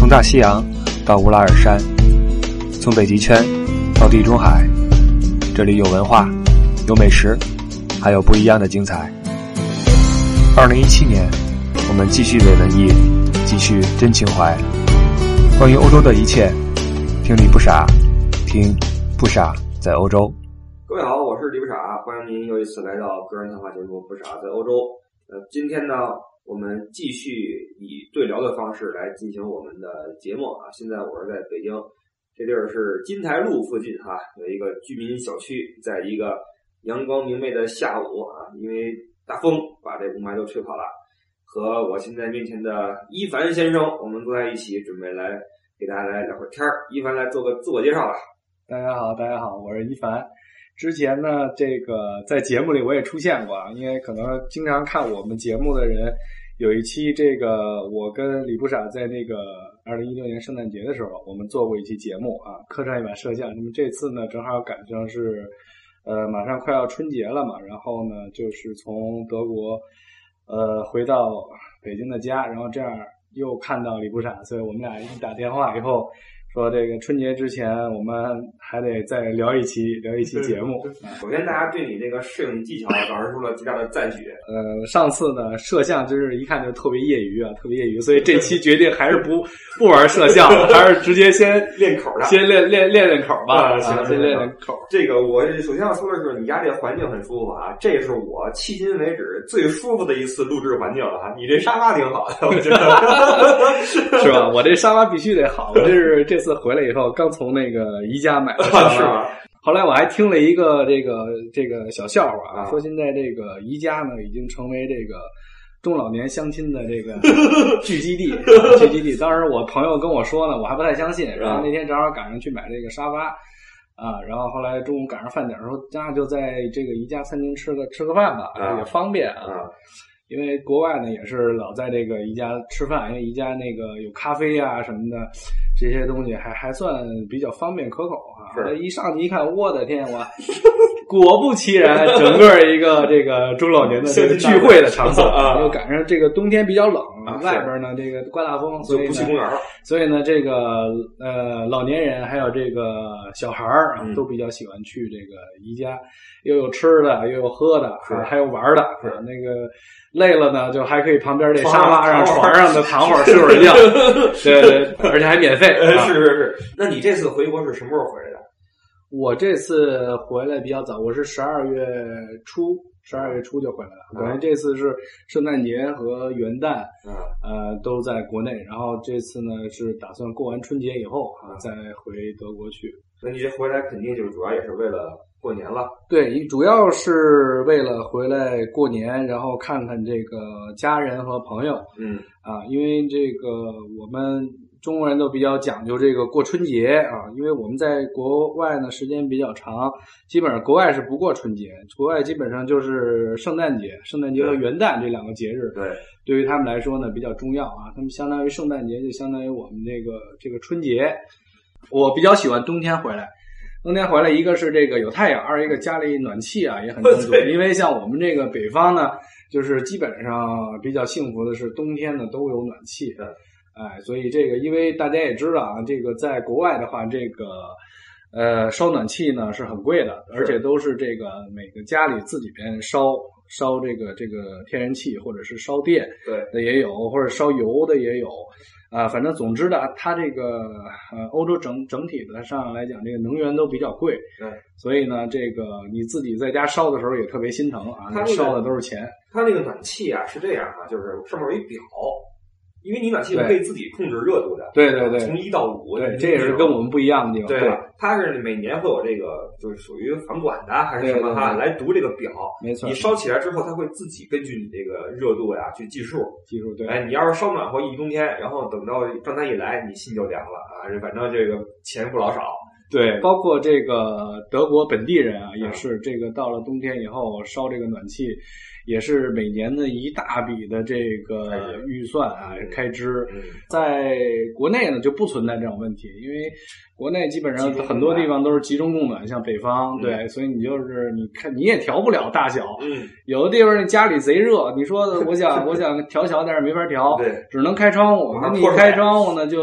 大西洋到乌拉尔山，从北极圈到地中海，这里有文化，有美食，还有不一样的精彩。2017年，我们继续伪文艺，继续真情怀。关于欧洲的一切，听李不傻，听不傻在欧洲。 各位好，我是李不傻，欢迎您又一次来到个人谈话节目《不傻在欧洲》。今天呢，我们继续以对聊的方式来进行我们的节目啊。现在我是在北京，这地儿是金台路附近啊，有一个居民小区，在一个阳光明媚的下午啊，因为大风把这雾霾都吹跑了。和我现在面前的一凡先生，我们坐在一起，准备来给大家来聊会儿天儿。一凡来做个自我介绍吧。 大家好，我是一凡。之前呢，这个在节目里我也出现过啊，因为可能经常看我们节目的人，有一期这个我跟李不傻在那个2016年圣诞节的时候，我们做过一期节目啊，客串一把摄像。那么这次呢，正好赶上是马上快要春节了嘛，然后呢就是从德国回到北京的家，然后这样又看到李不傻，所以我们俩一打电话以后说这个春节之前我们还得再聊一期节目。 首先大家对你这个摄影技巧表示出了极大的赞许。 上次呢摄像就是一看就特别业余，所以这期决定还是不玩摄像了，还是直接先练口的， 先练口吧。先练口。 这个我首先要说的是，你家这环境很舒服啊，这是我迄今为止最舒服的一次录制环境了啊。你这沙发挺好的，我觉得是吧？我这沙发必须得好，我这次回来以后刚从那个宜家买的沙发， 是吧？ 后来我还听了一个这个小笑话啊，说现在这个宜家呢已经成为这个中老年相亲的这个聚集地。当时我朋友跟我说呢，我还不太相信，然后那天正好赶上去买这个沙发啊，然后后来中午赶上饭点说，那就在这个宜家餐厅吃个饭吧，也方便啊。因为国外呢也是老在这个宜家吃饭，因为宜家那个有咖啡啊什么的，这些东西还算比较方便可口啊。一上去一看，我的天，我果不其然，整个一个这个中老年的这个聚会的场所啊，又赶上这个冬天比较冷，外边呢这个刮大风，所以不去公园了。 所以呢，这个老年人还有这个小孩儿啊，都比较喜欢去这个宜家，又有吃的，又有喝的，还有玩的，那个。累了呢，就还可以旁边这沙发上、床上的躺会儿睡会儿觉，对，而且还免费。 是。那你这次回国是什么时候回来的？ 我这次回来比较早，我是12月初就回来了。等于这次是圣诞节和元旦，都在国内。然后这次呢是打算过完春节以后再回德国去。 那你这回来肯定就主要也是为了过年了。 对，主要是为了回来过年，然后看看这个家人和朋友。因为这个我们中国人都比较讲究这个过春节啊，因为我们在国外呢时间比较长，基本上国外是不过春节，国外基本上就是圣诞节和元旦这两个节日。对于他们来说呢比较重要啊，他们相当于圣诞节就相当于我们这个春节。我比较喜欢冬天回来，一个是这个有太阳，二一个家里暖气啊也很充足。因为像我们这个北方呢，就是基本上比较幸福的是冬天呢都有暖气。所以这个因为大家也知道啊，这个在国外的话，这个烧暖气呢是很贵的，而且都是这个每个家里自己边烧这个天然气或者是烧电的也有，或者烧油的也有。反正总之的，它这个欧洲整体的上来讲，这个能源都比较贵。所以呢，这个你自己在家烧的时候也特别心疼啊，烧的都是钱。 它那个暖气啊是这样啊，就是上面有一表。因为你暖气可以自己控制热度的， 对， 从1到5， 对，这也是跟我们不一样的地方。 对，它是每年会有这个，就是属于房管的还是什么哈，来读这个表。没错，你烧起来之后，它会自己根据你这个热度呀去计数。对，你要是烧暖和一冬天，然后等到账单一来，你心就凉了啊！反正这个钱不老少。 对，包括这个德国本地人啊，也是这个到了冬天以后烧这个暖气，也是每年的一大笔的这个预算啊开支。在国内呢就不存在这种问题，因为国内基本上很多地方都是集中供暖，像北方，对，所以你就是你看你也调不了大小，有的地方家里贼热，你说我想调小点没法调，对，只能开窗户，那你开窗户呢就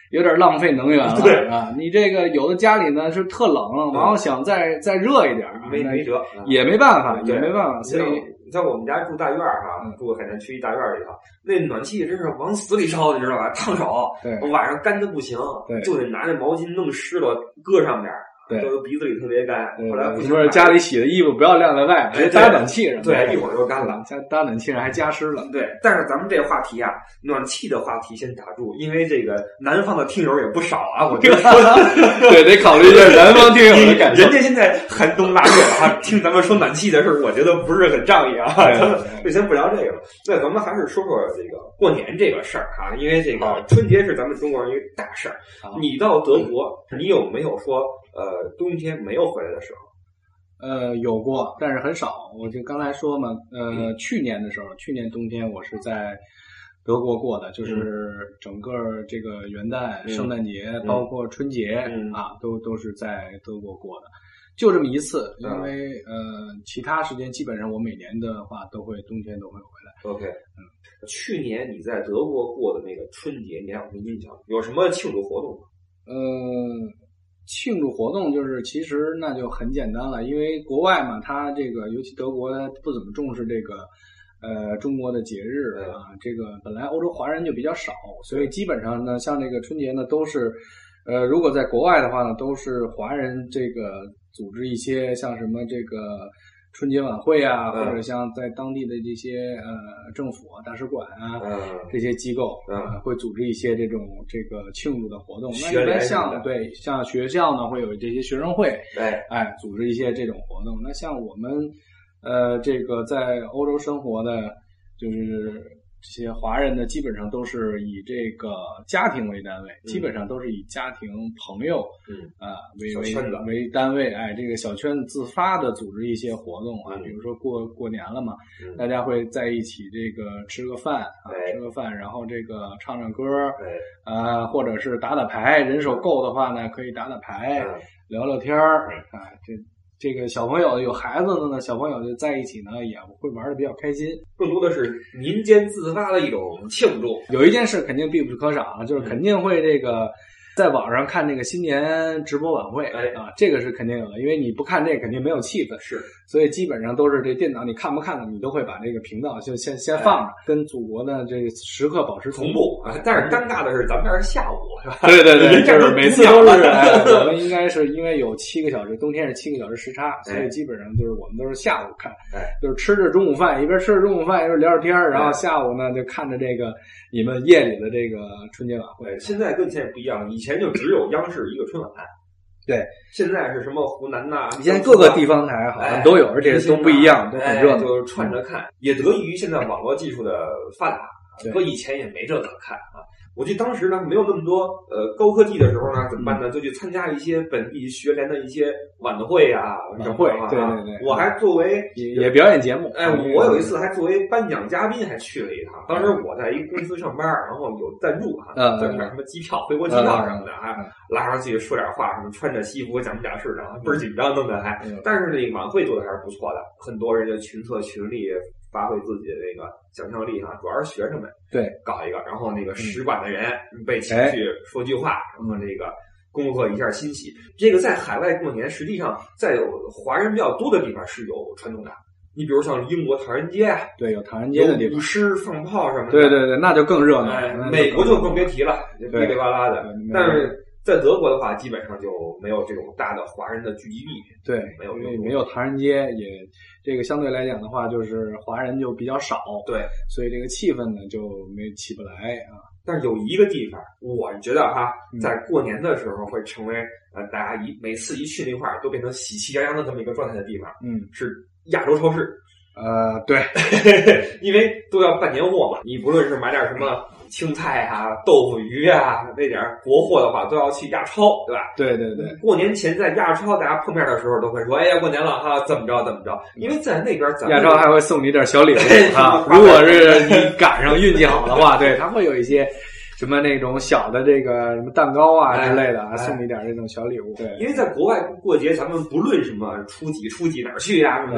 有点浪费能源了， 对啊。你这个有的家里呢是特冷，然后想再热一点， 没辙， 也没办法，也没办法。所以你像我们家住大院哈，住海淀区一大院里头，那暖气真是往死里烧，你知道吧？烫手，晚上干的不行，就得拿那毛巾弄湿了搁上边。 对， 都鼻子里特别干。后来不是家里洗的衣服不要晾在外，别搭暖气上。 对，一会儿就干了。 搭暖气上还加湿了。 对，但是咱们这个话题啊，暖气的话题先打住，因为这个南方的听友也不少啊。我觉得对，得考虑一下南方听友的感受。 人家现在寒冬腊月啊，听咱们说暖气的事儿，我觉得不是很仗义啊。咱们就先不聊这个了。那咱们还是说说这个过年这个事儿哈，因为这个春节是咱们中国人一个大事儿。你到德国，你有没有说？冬天没有回来的时候， 有过，但是很少。我就刚才说嘛，去年的时候，去年冬天我是在德国过的，就是整个这个元旦、圣诞节，包括春节啊，都是在德国过的，就这么一次。因为其他时间基本上我每年的话冬天都会回来。 OK， 去年你在德国过的那个春节，你还有什么印象？有什么庆祝活动吗？ 庆祝活动就是其实那就很简单了，因为国外嘛，它这个尤其德国不怎么重视这个中国的节日啊，这个本来欧洲华人就比较少，所以基本上呢，像这个春节呢都是如果在国外的话呢，都是华人这个组织一些像什么这个春节晚会啊，或者像在当地的这些政府啊、大使馆啊这些机构会组织一些这个庆祝的活动。那一般像学校呢会有这些学生会，组织一些这种活动。那像我们这个在欧洲生活的，就是这些华人呢，基本上都是以这个家庭为单位，基本上都是以家庭、朋友，为单位，这个小圈子自发的组织一些活动啊，比如说过年了嘛，大家会在一起这个吃个饭，然后这个唱歌，或者是打牌，人手够的话呢，可以打牌，聊聊天儿啊，这个小朋友有孩子的呢，小朋友就在一起呢，也会玩的比较开心。 更多的是民间自发的一种庆祝。 有一件事肯定必不可少，就是肯定会这个在网上看这个新年直播晚会，这个是肯定有的，因为你不看这个肯定没有气氛， 是， 所以基本上都是这电脑你看不看的，你都会把这个频道就先放着，跟祖国的这个时刻保持同步。 但是尴尬的是咱们这是下午，是吧？ 对，就是每次都是我们应该是因为有7个小时，冬天是7个小时时差，所以基本上就是我们都是下午看，就是吃着中午饭，一边吃着中午饭一边聊着天，然后下午呢就看着这个你们夜里的这个春节晚会。 现在跟以前不一样，以前就只有央视一个春晚， 对， 现在是什么湖南呐， 以前各个地方台好像都有，而且都不一样，都很热闹， 就是串着看，也得益于现在网络技术的发达，搁以前也没这可看啊。我记得当时呢没有那么多高科技的时候呢，怎么办呢？就去参加一些本地学联的一些晚会啊， 对， 我还作为也表演节目， 我有一次还作为颁奖嘉宾还去了一趟。当时我在一个公司上班，然后有赞助在买什么机票、回国机票什么的，还拉上去说点话，什么穿着西服讲讲事，然后倍儿紧张弄的还。但是这个晚会做的还是不错的，很多人就群策群力。发挥自己的这个想象力主要是学生们搞一个，然后那个使馆的人被请去说句话，然后这个恭贺一下欣喜。这个在海外过年，实际上在有华人比较多的地方是有传统的。你比如像英国唐人街， 对，有唐人街的地方， 舞狮、放炮什么的， 对，那就更热闹。 美国就更别提了，噼里啪啦的。但是在德国的话，基本上就没有这种大的华人的聚集地， 对，没有唐人街，也这个相对来讲的话，就是华人就比较少， 对， 所以这个气氛呢就没起不来啊。 但是有一个地方，我觉得在过年的时候会成为大家每次一去那块儿都变成喜气洋洋的这么一个状态的地方，是亚洲超市。 对， 因为都要办年货嘛，你不论是买点什么青菜豆腐鱼那点国货的话，都要去亚超，对吧？ 对。 过年前在亚超大家碰面的时候都会说，哎呀，过年了怎么着？因为在那边亚超还会送你点小礼物如果是你赶上运气好的话，对，他会有一些什么那种小的这个什么蛋糕之类的送你点这种小礼物。对， 因为在国外过节，咱们不论什么初几哪儿去什么的，就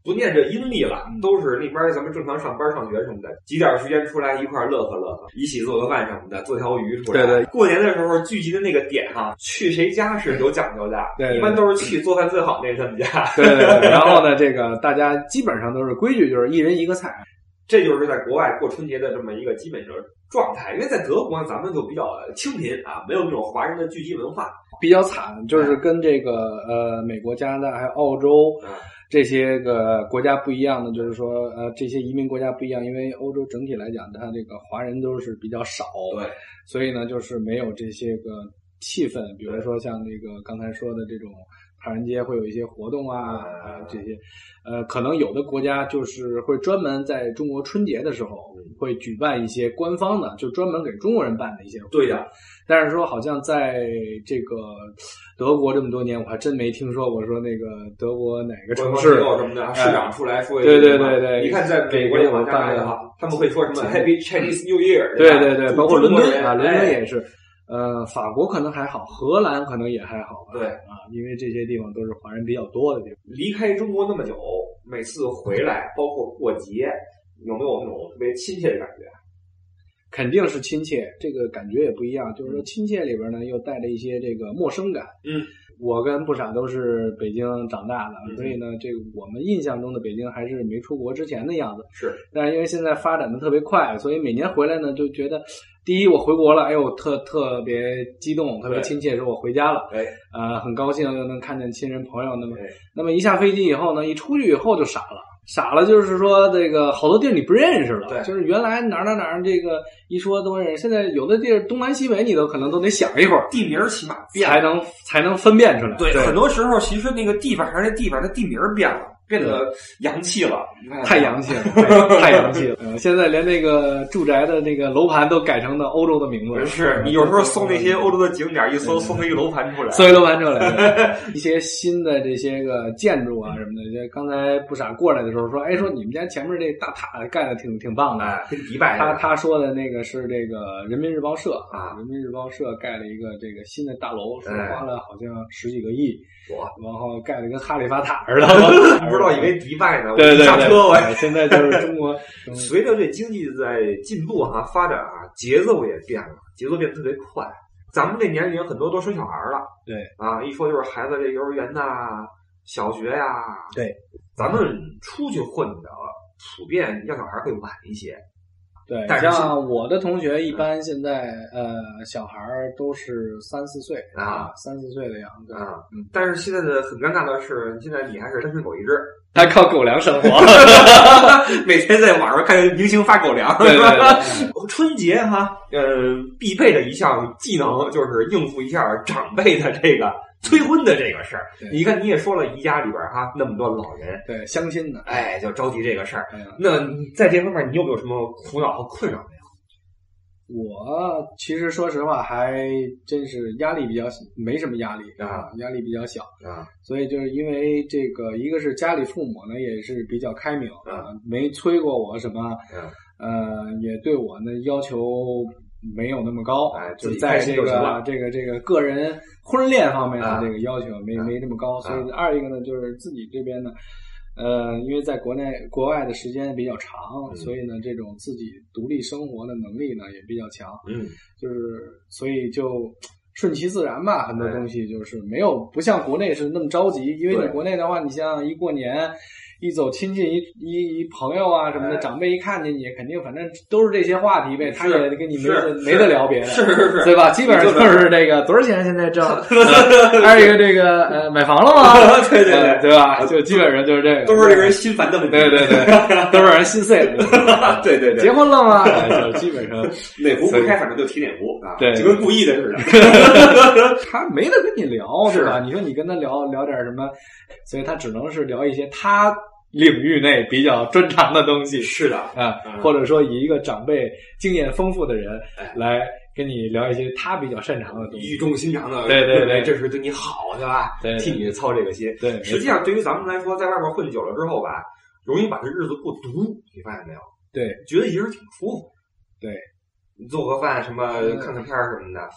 不念这阴历了，都是那边咱们正常上班上学什么的，挤点时间出来一块乐呵乐呵，一起做个饭什么的，做条鱼出来。 对， 过年的时候聚集的那个点哈，去谁家是有讲究的， 对， 一般都是去做饭最好那他们家。 对，然后呢，这个大家基本上都是规矩，就是一人一个菜。 这就是在国外过春节的这么一个基本的状态，因为在德国咱们就比较清贫啊，没有那种华人的聚集文化， 比较惨，就是跟这个美国、加拿大还有澳洲这些个国家不一样的，就是说这些移民国家不一样，因为欧洲整体来讲，它这个华人都是比较少， 对， 所以呢，就是没有这些个气氛，比如说像那个刚才说的这种唐人街会有一些活动啊，这些，可能有的国家就是会专门在中国春节的时候会举办一些官方的，就专门给中国人办的一些活动。 对呀， 但是说好像在这个德国这么多年，我还真没听说过说那个德国哪个城市什么的市长出来说， 对，你看在美国往下来的话，他们会说什么 Happy Chinese New Year， 对，包括伦敦也是。法国可能还好，荷兰可能也还好吧。 对啊，因为这些地方都是华人比较多的地方。 离开中国那么久，每次回来，包括过节，有没有那种特别亲切的感觉？ 肯定是亲切，这个感觉也不一样。就是说，亲切里边呢，又带着一些这个陌生感。我跟不傻都是北京长大的，所以呢，这个我们印象中的北京还是没出国之前的样子。 是， 但是因为现在发展的特别快，所以每年回来呢，就觉得第一我回国了，哎呦，特别激动，特别亲切，说我回家了，很高兴又能看见亲人朋友。那么一下飞机以后呢，一出去以后就傻了，就是说这个好多地儿你不认识了， 对， 就是原来哪儿这个一说都认识，现在有的地儿东南西北你都可能都得想一会儿， 地名起码变才能分辨出来。 对，很多时候其实那个地方还是地方，它地名变了。变得洋气了， 太洋气了，太洋气了。现在连那个住宅的那个楼盘都改成了欧洲的名字。 是你有时候搜那些欧洲的景点，一搜出一个楼盘出来， 一些新的这些个建筑啊什么的。刚才不傻过来的时候说，说你们家前面这大塔盖的挺棒的， 跟迪拜。 他说的那个是这个人民日报社啊，人民日报社盖了一个这个新的大楼，说花了好像10几个亿。然后盖的跟哈利法塔似的， 不知道以为迪拜呢。 对， 下车我现在就是中国。 随着这经济在进步发展节奏也变了，节奏变得特别快。咱们这年龄很多都生小孩了， 对一说就是孩子这幼儿园呐、小学呀， 对， 咱们出去混的普遍要小孩会晚一些。 对，像我的同学一般现在小孩都是3、4岁3、4岁的样子但是现在的很尴尬的是，现在你还是单身狗一只， 还靠狗粮生活， 每天在网上看明星发狗粮， 对， 春节必备的一项技能就是应付一下长辈的这个催婚的这个事儿。你看你也说了，宜家里边那么多老人， 对，相亲的， 就着急这个事儿。那在这方面你有没有什么苦恼和困扰没有？ 我其实说实话还真是压力比较没什么压力压力比较小所以就是因为这个，一个是家里父母呢也是比较开明没催过我什么也对我呢要求没有那么高，就在这个个人婚恋方面的这个要求没这么高，所以二一个呢就是自己这边呢。因为在国外的时间比较长，所以呢，这种自己独立生活的能力呢也比较强。就是所以就顺其自然吧，很多东西就是没有不像国内是那么着急，因为你国内的话，你像一过年。一走亲戚一朋友啊什么的，长辈一看见你，肯定反正都是这些话题呗，他也跟你没得聊别的， 是， 对吧？基本上就是这个多少钱现在挣，还有一个这个买房了吗？对吧？就基本上就是这个， 都是令人心烦的问题， 对，都是让人心碎的， 对， 结婚了吗？就基本上哪壶不开，反正就提哪壶对， 就跟故意的似的， 他没得跟你聊，对吧？你说你跟他聊点什么，所以他只能是聊一些他。领域内比较专长的东西是的或者说以一个长辈经验丰富的人来跟你聊一些他比较擅长的东西， 语重心长的， 对， 这是对你好，对吧？ 对， 替你操这个心。 对， 实际上对于咱们来说，在外面混久了之后吧，容易把这日子过独，你发现没有？ 对， 觉得一人挺舒服。 对， 你做个饭什么，看看片什么的。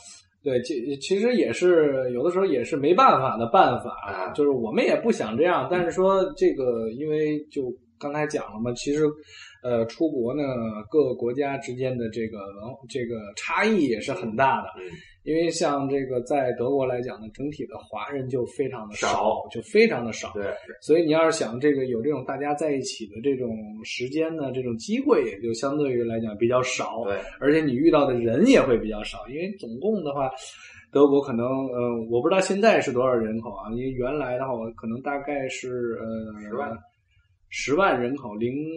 对，其实也是有的时候也是没办法的办法，就是我们也不想这样，但是说这个，因为就刚才讲了嘛，其实出国呢，各个国家之间的这个差异也是很大的。因为像这个在德国来讲呢，整体的华人就非常的少，就非常的少。 对， 所以你要是想这个有这种大家在一起的这种时间呢，这种机会也就相对于来讲比较少。 对， 而且你遇到的人也会比较少，因为总共的话，德国可能我不知道现在是多少人口啊？因为原来的话，可能大概是10万人口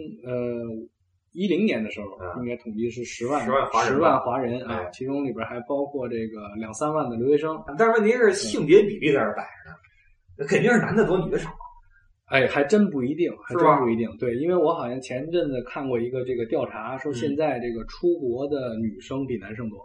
10年的时候，应该统计是10万华人啊，其中里边还包括这个2-3万的留学生。 但是问题是性别比例在这摆着呢，那肯定是男的多女的少。 哎，还真不一定，还真不一定。对，因为我好像前阵子看过一个这个调查，说现在这个出国的女生比男生多。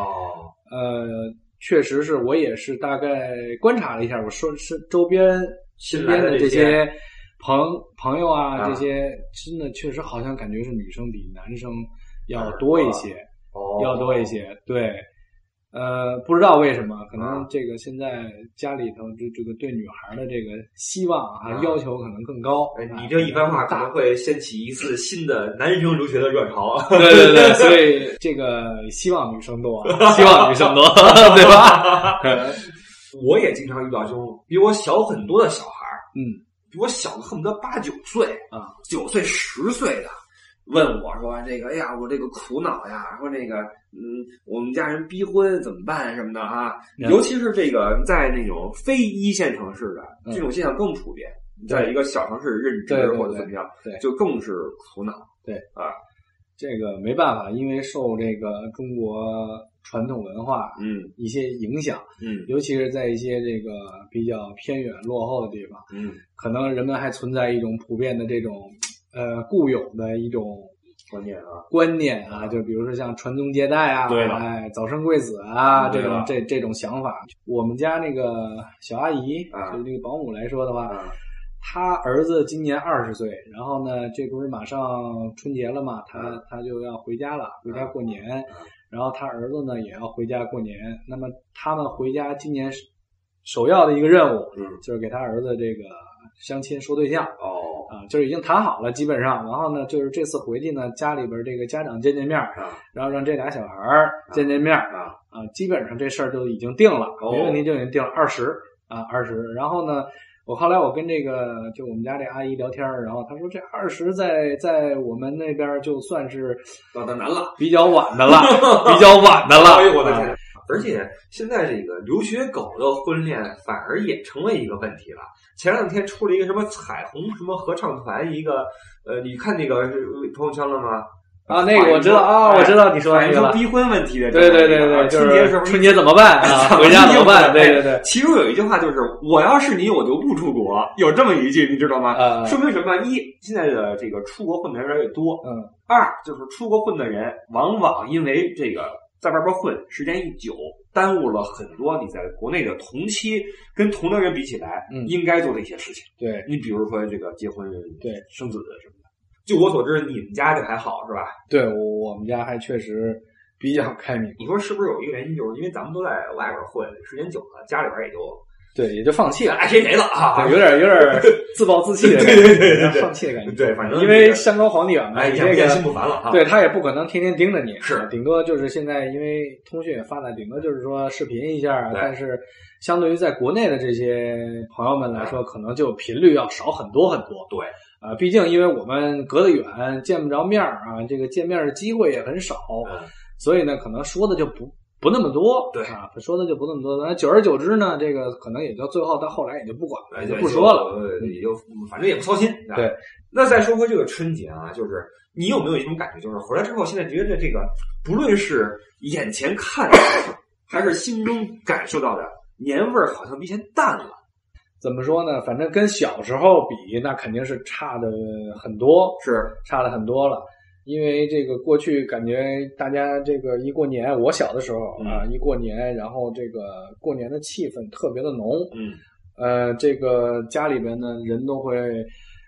确实是我也是大概观察了一下，我说是周边身边的这些朋友啊，这些真的确实好像感觉是女生比男生要多一些，要多一些。对，不知道为什么，可能这个现在家里头这个对女孩的这个希望要求可能更高。 你这一番话可能会掀起一次新的男生留学的热潮。 对，所以这个希望女生多，希望女生多，对吧？ 我也经常遇到这种比我小很多的小孩，比我小的恨不得8、9岁啊，9岁、10岁的，问我说这个，哎呀，我这个苦恼呀，说这个，我们家人逼婚怎么办什么的啊？尤其是这个在那种非1线城市的这种现象更普遍，在一个小城市任职或者怎么样， 对， 就更是苦恼。 对啊， 这个没办法，因为受这个中国传统文化一些影响，尤其是在一些这个比较偏远落后的地方，可能人们还存在一种普遍的这种固有的一种观念啊，就比如说像传宗接代啊，早生贵子啊，这种想法。我们家那个小阿姨，就是那个保姆来说的话，他儿子今年20岁，然后呢，这不是马上春节了嘛，他就要回家了，回家过年。然后他儿子呢也要回家过年，那么他们回家今年首要的一个任务，就是给他儿子这个相亲说对象。就是已经谈好了基本上，然后呢就是这次回去呢，家里边这个家长见面，然后让这俩小孩见面基本上这事儿就已经定了，没问题，就已经定了20。然后呢，后来我跟这个就我们家这阿姨聊天，然后她说这20在我们那边就算是有点难了， 比较晚的了，比较晚的了。 哎呦我的天！而且现在这个留学狗的婚恋反而也成为一个问题了。前2天出了一个什么彩虹什么合唱团，一个你看那个朋友圈了吗？ 那个我知道啊，我知道你说那个逼婚问题的。 对，就是春节怎么办啊？回家怎么办？对。 其中有一句话就是我要是你我就不出国，有这么一句你知道吗？说明什么？一，现在的这个出国混的人越来越多。2，就是出国混的人往往因为这个在外边混时间一久，耽误了很多你在国内的同期跟同龄人比起来应该做的一些事情。 对， 你比如说这个结婚、 对生子什么的。就我所知，你们家这还好是吧？ 对，我们家还确实比较开明。 你说是不是有一个原因，就是因为咱们都在外边混，时间久了，家里边也就放弃了， 爱谁谁了啊？ 有点自暴自弃的感觉，对，放弃的感觉。 对，反正因为山高皇帝远嘛， 这个心不烦了啊。 对，他也不可能天天盯着你， 是， 顶多就是现在因为通讯也发达，顶多就是说视频一下，但是相对于在国内的这些朋友们来说，可能就频率要少很多很多。 对。 毕竟因为我们隔得远，见不着面啊，这个见面的机会也很少，所以呢，可能说的就不那么多。 对说的就不那么多。久而久之呢，这个可能也就最后到后来也就不管了，就不说了， 也就反正也不操心。 对。 那再说回这个春节啊，就是你有没有一种感觉，就是回来之后，现在觉得这个不论是眼前看到的，还是心中感受到的年味儿，好像比以前淡了。 怎么说呢？反正跟小时候比，那肯定是差的很多， 是差了很多了。因为这个过去感觉大家这个一过年，我小的时候一过年，然后这个过年的气氛特别的浓，这个家里边呢人都会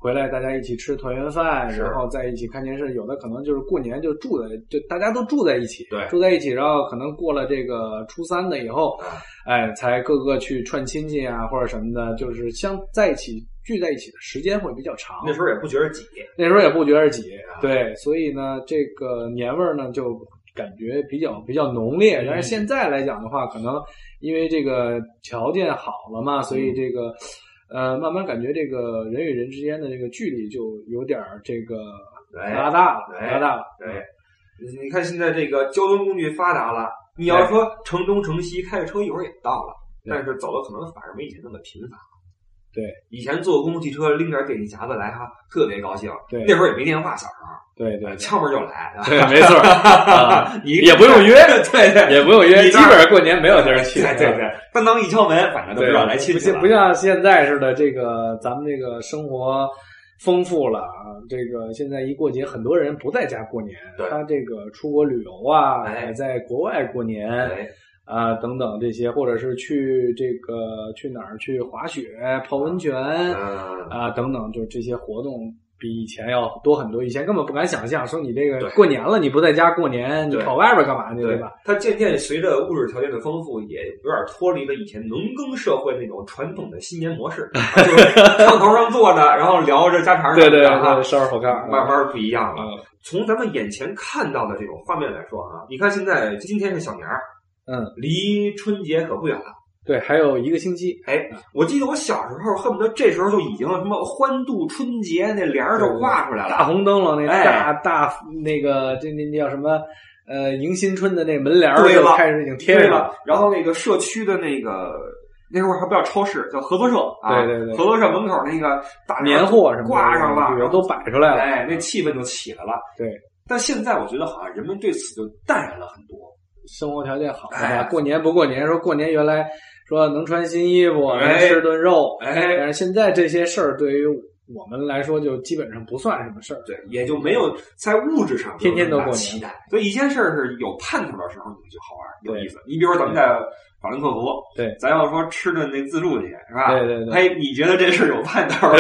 回来大家一起吃团圆饭，然后在一起看电视。有的可能就是过年就大家都住在一起， 对， 住在一起，然后可能过了这个初3的以后，才各个去串亲戚啊或者什么的，就是聚在一起的时间会比较长。 那时候也不觉得挤， 对，所以呢，这个年味儿呢就感觉比较浓烈。但是现在来讲的话，可能因为这个条件好了嘛，所以这个慢慢感觉这个人与人之间的这个距离就有点这个拉大了。 对，你看现在这个交通工具发达了，你要说城东城西开着车一会儿也到了，但是走的可能反而没以前那么频繁。 对， 以前坐公共汽车拎点点心夹子来哈，特别高兴。 对， 那会儿也没电话，小时候。 对， 敲门就来。 对，没错。 你也不用约， 对， 也不用约，基本上过年没有地儿去。 对，当一敲门，反正都知道来亲戚了。 不像现在似的，这个咱们这个生活丰富了啊，这个现在一过节，很多人不在家过年，他这个出国旅游啊，在国外过年。等等这些，或者是去哪儿去滑雪、泡温泉等等，就这些活动比以前要多很多。以前根本不敢想象，说你这个过年了你不在家过年，你跑外边干嘛去，对吧？ 它渐渐随着物质条件的丰富，也有点脱离了以前农耕社会那种传统的新年模式，就是炕头上坐着，然后聊着家常， 对，烧着火炕， 慢慢不一样了。从咱们眼前看到的这种画面来说啊，你看现在今天是小年儿。离春节可不远了。 对，还有1个星期。 我记得我小时候恨不得这时候就已经什么欢度春节那帘儿就挂出来了， 大红灯笼那大那个这叫什么迎新春的那门帘儿就开始已经贴上了。 然后那个社区的那时候还不叫超市，叫合作社啊。 对， 合作社门口那个大年货什么挂上了， 然后都摆出来了。 那气氛就起来了。 对， 但现在我觉得好像人们对此就淡然了很多。 生活条件好了，过年不过年，说过年原来说能穿新衣服，能吃顿肉，但是现在这些事儿对于我们来说就基本上不算什么事儿。 对，也就没有在物质上天天都过年期待。所以一件事儿是有盼头的时候，你就好玩有意思。你比如说咱们在法兰克福， 对， 咱要说吃的那自助去，是吧？ 对。 你觉得这事儿有盼头？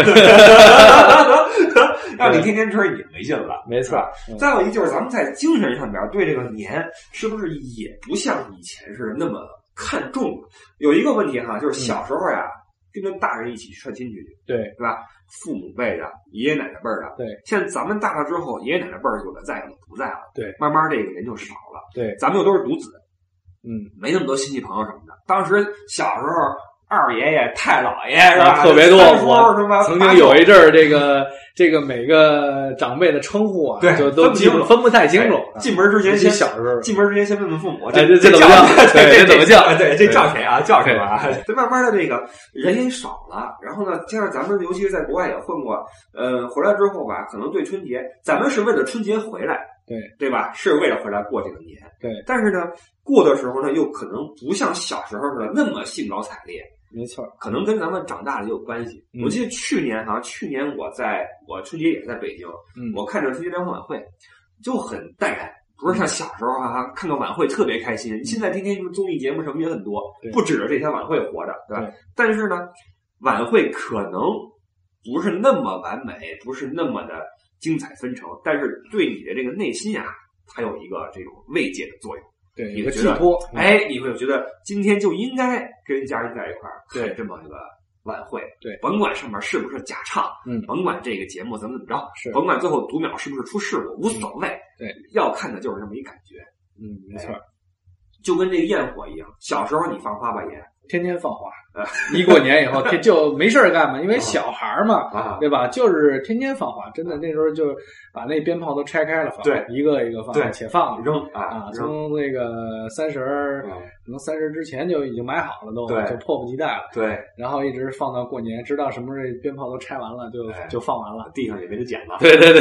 让你天天吃你没劲了， 没错。 再有一就是咱们在精神上边对这个年是不是也不像以前似的那么看重了？有一个问题哈，就是小时候呀，跟着大人一起去串亲戚去，对吧？父母辈的、爷爷奶奶辈的，对。现在咱们大了之后，爷爷奶奶辈有的在，有的不在了，对。慢慢这个人就少了，对。咱们又都是独子，没那么多亲戚朋友什么的。当时小时候，二爷爷、太姥爷是吧？ 特别多。 我曾经有一阵儿，这个每个长辈的称呼啊， 对， 就都分不太清楚。 进门之前先小时候， 进门之前先问问父母， 这怎么叫？这怎么叫？ 对，这叫谁啊？叫什么啊？这慢慢的这个人也少了，然后呢，加上咱们尤其是在国外也混过，回来之后吧，可能对春节，咱们是为了春节回来，对吧？是为了回来过这个年，对。但是呢，过的时候呢，又可能不像小时候似的那么兴高采烈。 没错， 可能跟咱们长大了也有关系。我记得去年我春节也在北京，我看着春节联欢晚会就很淡然，不是像小时候看个晚会特别开心。现在天天什么综艺节目什么也很多，不指着这些晚会活着，对吧？但是呢，晚会可能不是那么完美，不是那么的精彩纷呈，但是对你的这个内心啊，它有一个这种慰藉的作用。 对，一个寄托， 你会觉得今天就应该跟家人在一块儿看这么一个晚会，对，甭管上面是不是假唱，甭管这个节目怎么着，甭管最后读秒是不是出事故，无所谓，对，要看的就是这么一感觉， 没错， 就跟这个焰火一样，小时候你放花吧也天天放花，一过年以后就没事干嘛，因为小孩嘛，对吧？就是天天放花，真的那时候就把那鞭炮都拆开了放，对，一个一个放，且放扔从那个30，可能30之前就已经买好了，都就迫不及待了，对，然后一直放到过年，直到什么时候鞭炮都拆完了，就放完了， 地上也没得捡了， 对，对，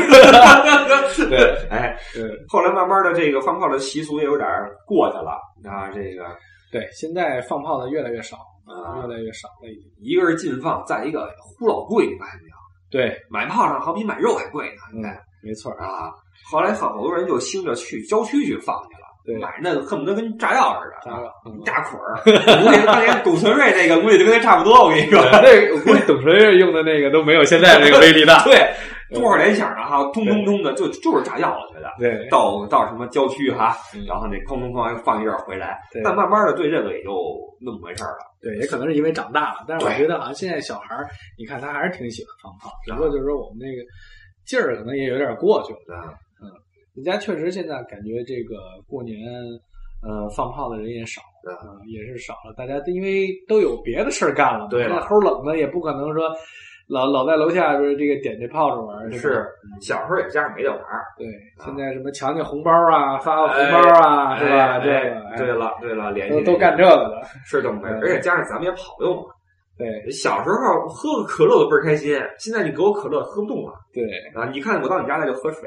后来慢慢的这个放炮的习俗也有点过去了啊，这个。 对，现在放炮的越来越少，越来越少了已经。 一个是禁放，再一个呼老贵，你发现没有？ 对， 买炮仗好比买肉还贵呢。 没错啊。后来好多人就兴着去郊区去放去了， 买那个恨不得跟炸药似的，炸捆儿。当年董存瑞那个估计就跟那差不多，我跟你说。 对，我估计董存瑞用的那个都没有现在这个威力大。 对，多少连响的哈，通通通的，就是炸药，我觉得。 对， 到什么郊区哈，然后那哐哐哐放一阵回来，但慢慢的对这个也就那么回事了。 对，也可能是因为长大了，但是我觉得啊，现在小孩你看他还是挺喜欢放炮，只不过就是说我们那个劲儿可能也有点过去了。人家确实现在感觉这个过年放炮的人也少，也是少了，大家因为都有别的事儿干了。 对， 齁冷的也不可能说老在楼下边这个点这炮仗玩。 是，小时候也加上没得玩。 对，现在什么抢红包啊，发红包啊，是吧？ 对了，联系都干这个的， 是这么回事。而且加上咱们也跑不动嘛。 对，小时候喝个可乐都倍儿开心，现在你给我可乐喝不动了。 对啊，你看我到你家来就喝水。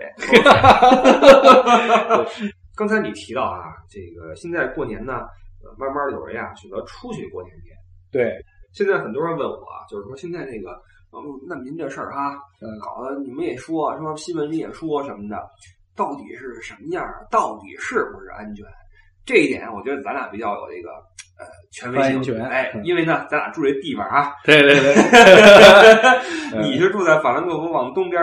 刚才你提到啊，这个现在过年呢，慢慢有人呀选择出去过年节。 对， 现在很多人问我，就是说现在那个难民这事儿哈，搞得你们也说，什么新闻里也说什么的，到底是什么样？到底是不是安全？这一点我觉得咱俩比较有这个权威性，因为呢，咱俩住这地方啊。 对。 你是住在法兰克福往东边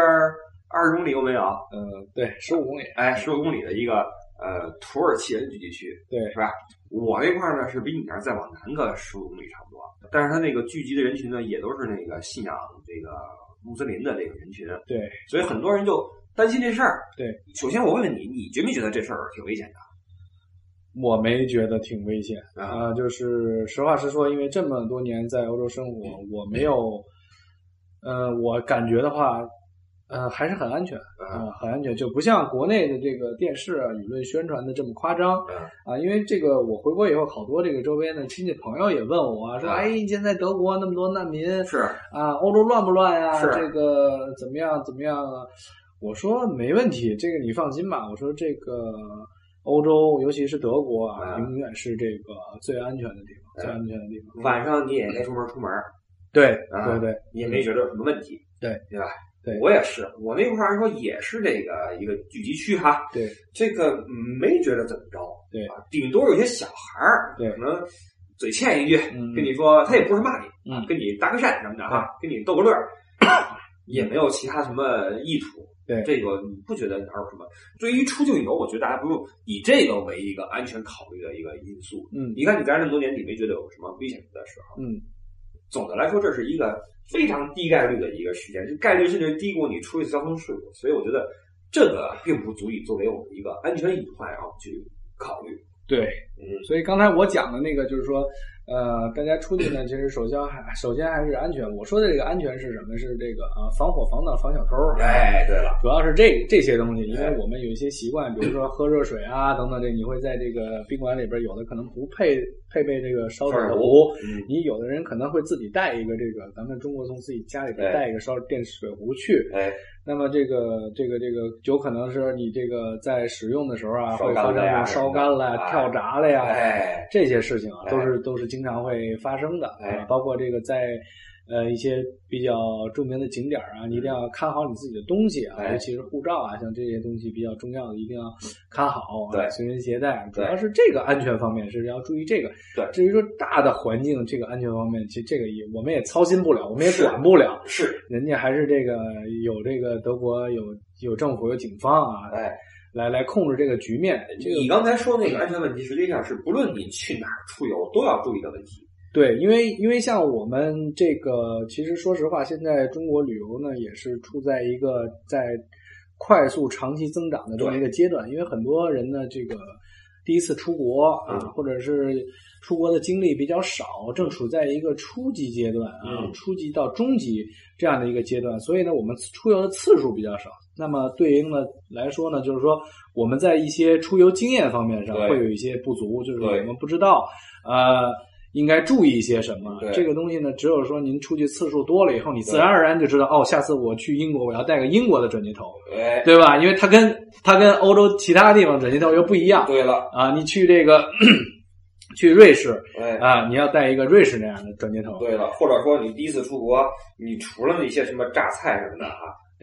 20公里有没有？ 对，15公里。 15公里的一个土耳其人聚集区， 对， 是吧？我那块呢是比你那儿再往南个15公里差不多，但是他那个聚集的人群呢，也都是那个信仰这个穆斯林的这个人群。 对， 所以很多人就担心这事儿。 对， 首先我问问你，你觉没觉得这事儿挺危险的？ 我没觉得挺危险就是实话实说，因为这么多年在欧洲生活，我没有，我感觉的话，还是很安全很安全，就不像国内的这个电视舆论宣传的这么夸张因为这个我回国以后，好多这个周边的亲戚朋友也问我说，现在德国那么多难民是欧洲乱不乱呀？ 是这个怎么样啊？我说没问题，这个你放心吧。我说这个欧洲，尤其是德国永远是这个最安全的地方，最安全的地方。 晚上你也该出门。 对， 你也没觉得有什么问题， 对吧？ 对， 我也是，我那块儿说也是这个一个聚集区哈。 对， 这个没觉得怎么着。 对顶多有些小孩儿， 对， 可能嘴欠一句，跟你说，他也不是骂你，跟你搭个讪什么的跟你逗个乐儿，也没有其他什么意图。 对， 这个你不觉得哪有什么？对于出境游，我觉得大家不用以这个为一个安全考虑的一个因素。你看你在这么多年，你没觉得有什么危险的时候？总的来说，这是一个非常低概率的一个事件，这概率甚至低过你出一次交通事故，所以我觉得这个并不足以作为我们一个安全隐患去考虑。 对，所以刚才我讲的那个就是说，大家出去呢，其实首先还是安全。我说的这个安全是什么？是这个防火、防盗、防小偷。 对了， 主要是这些东西，因为我们有一些习惯，比如说喝热水等等，你会在这个宾馆里边有的可能不配备这个烧水壶，你有的人可能会自己带一个这个，咱们中国从自己家里边带一个烧电水壶去。那么这个有可能是你这个在使用的时候会发生烧干了、跳闸了呀，这些事情都是经常会发生的包括这个在一些比较著名的景点你一定要看好你自己的东西尤其是护照像这些东西比较重要的，一定要看好随身携带。主要是这个安全方面是要注意这个。 对， 至于说大的环境这个安全方面，其实这个我们也操心不了，我们也管不了。 是， 人家还是这个有这个德国有政府有警方来控制这个局面。 你刚才说那个安全问题，实际上是不论你去哪儿出游都要注意的问题。 对，因为像我们这个，其实说实话，现在中国旅游呢也是处在一个在快速长期增长的这么一个阶段。因为很多人呢，这个第一次出国或者是出国的经历比较少，正处在一个初级阶段初级到中级这样的一个阶段，所以呢，我们出游的次数比较少。那么对应的来说呢，就是说我们在一些出游经验方面上会有一些不足，就是我们不知道应该注意一些什么。这个东西呢，只有说您出去次数多了以后，你自然而然就知道下次我去英国我要带个英国的转接头，对吧？因为它跟欧洲其他地方转接头又不一样。 对了你去这个去瑞士你要带一个瑞士那样的转接头。 对了，或者说你第一次出国，你除了那些什么榨菜什么的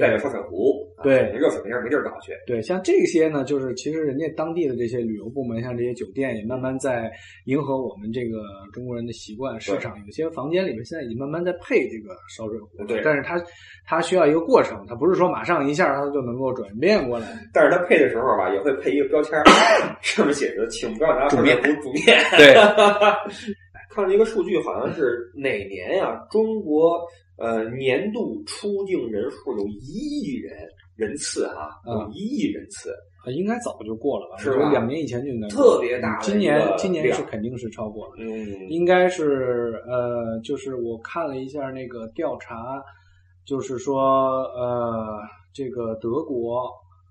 带个烧水壶， 对， 热水没地儿找去。 对，像这些呢，就是其实人家当地的这些旅游部门，像这些酒店也慢慢在迎合我们这个中国人的习惯市场，有些房间里面现在已经慢慢在配这个烧水壶， 对， 但是它需要一个过程，它不是说马上一下它就能够转变过来。 但是它配的时候吧，也会配一个标签，上面写着请不要拿烧水壶煮面。 对。 看了一个数据，好像是哪年呀？中国年度出境人数有1亿人次啊，有1亿人次， 应该早就过了吧？ 是吧 2年以前就应该特别大的。 今年是肯定是超过了，应该是就是我看了一下那个调查，就是说这个德国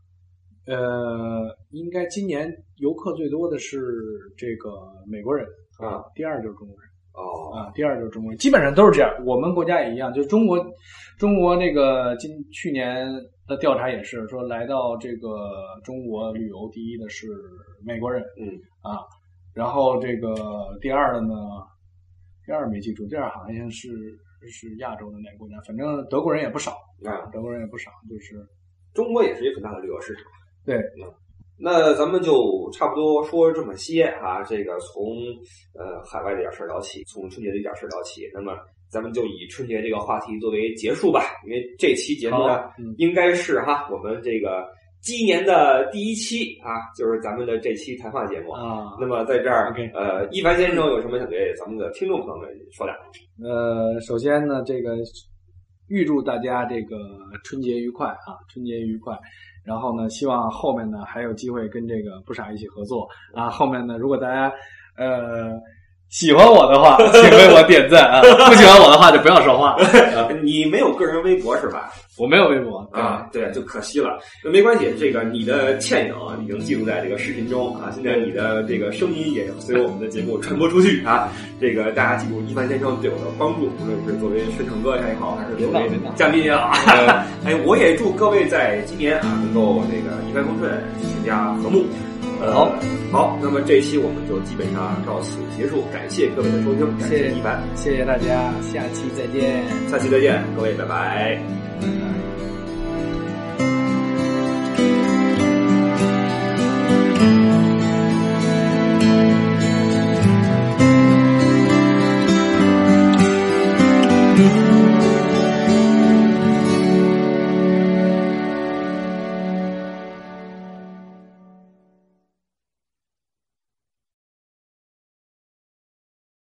应该今年游客最多的是这个美国人。第二就是中国人第二就是中国人，基本上都是这样。我们国家也一样，就中国那个去年的调查也是说，来到这个中国旅游第一的是美国人，然后这个第二的呢，第二没记住，第二好像是亚洲的哪个国家，反正德国人也不少德国人也不少，就是中国也是一个很大的旅游市场。 对。 那咱们就差不多说这么些啊，这个从海外的点事聊起，从春节的点事聊起。那么咱们就以春节这个话题作为结束吧，因为这期节目呢，应该是我们这个鸡年的第一期就是咱们的这期谈话节目那么在这儿一凡先生有什么想对咱们的听众朋友们说的？ 首先呢，这个预祝大家这个春节愉快春节愉快。然后呢，希望后面呢还有机会跟这个不傻一起合作后面呢，如果大家喜欢我的话，请为我点赞不喜欢我的话就不要说话。 你没有个人微博是吧？ 我没有微博对，就可惜了。那没关系，这个你的倩影已经记录在这个视频中现在你的这个声音也随我们的节目传播出去这个大家记住一凡先生对我的帮助，无论是作为宣传哥也好，还是作为嘉宾也好我也祝各位在今年能够这个一帆风顺，全家和睦。好，那么这一期我们就基本上到此结束，感谢各位的收听，感谢一凡， 谢谢大家，下期再见， 各位拜拜。 嗯。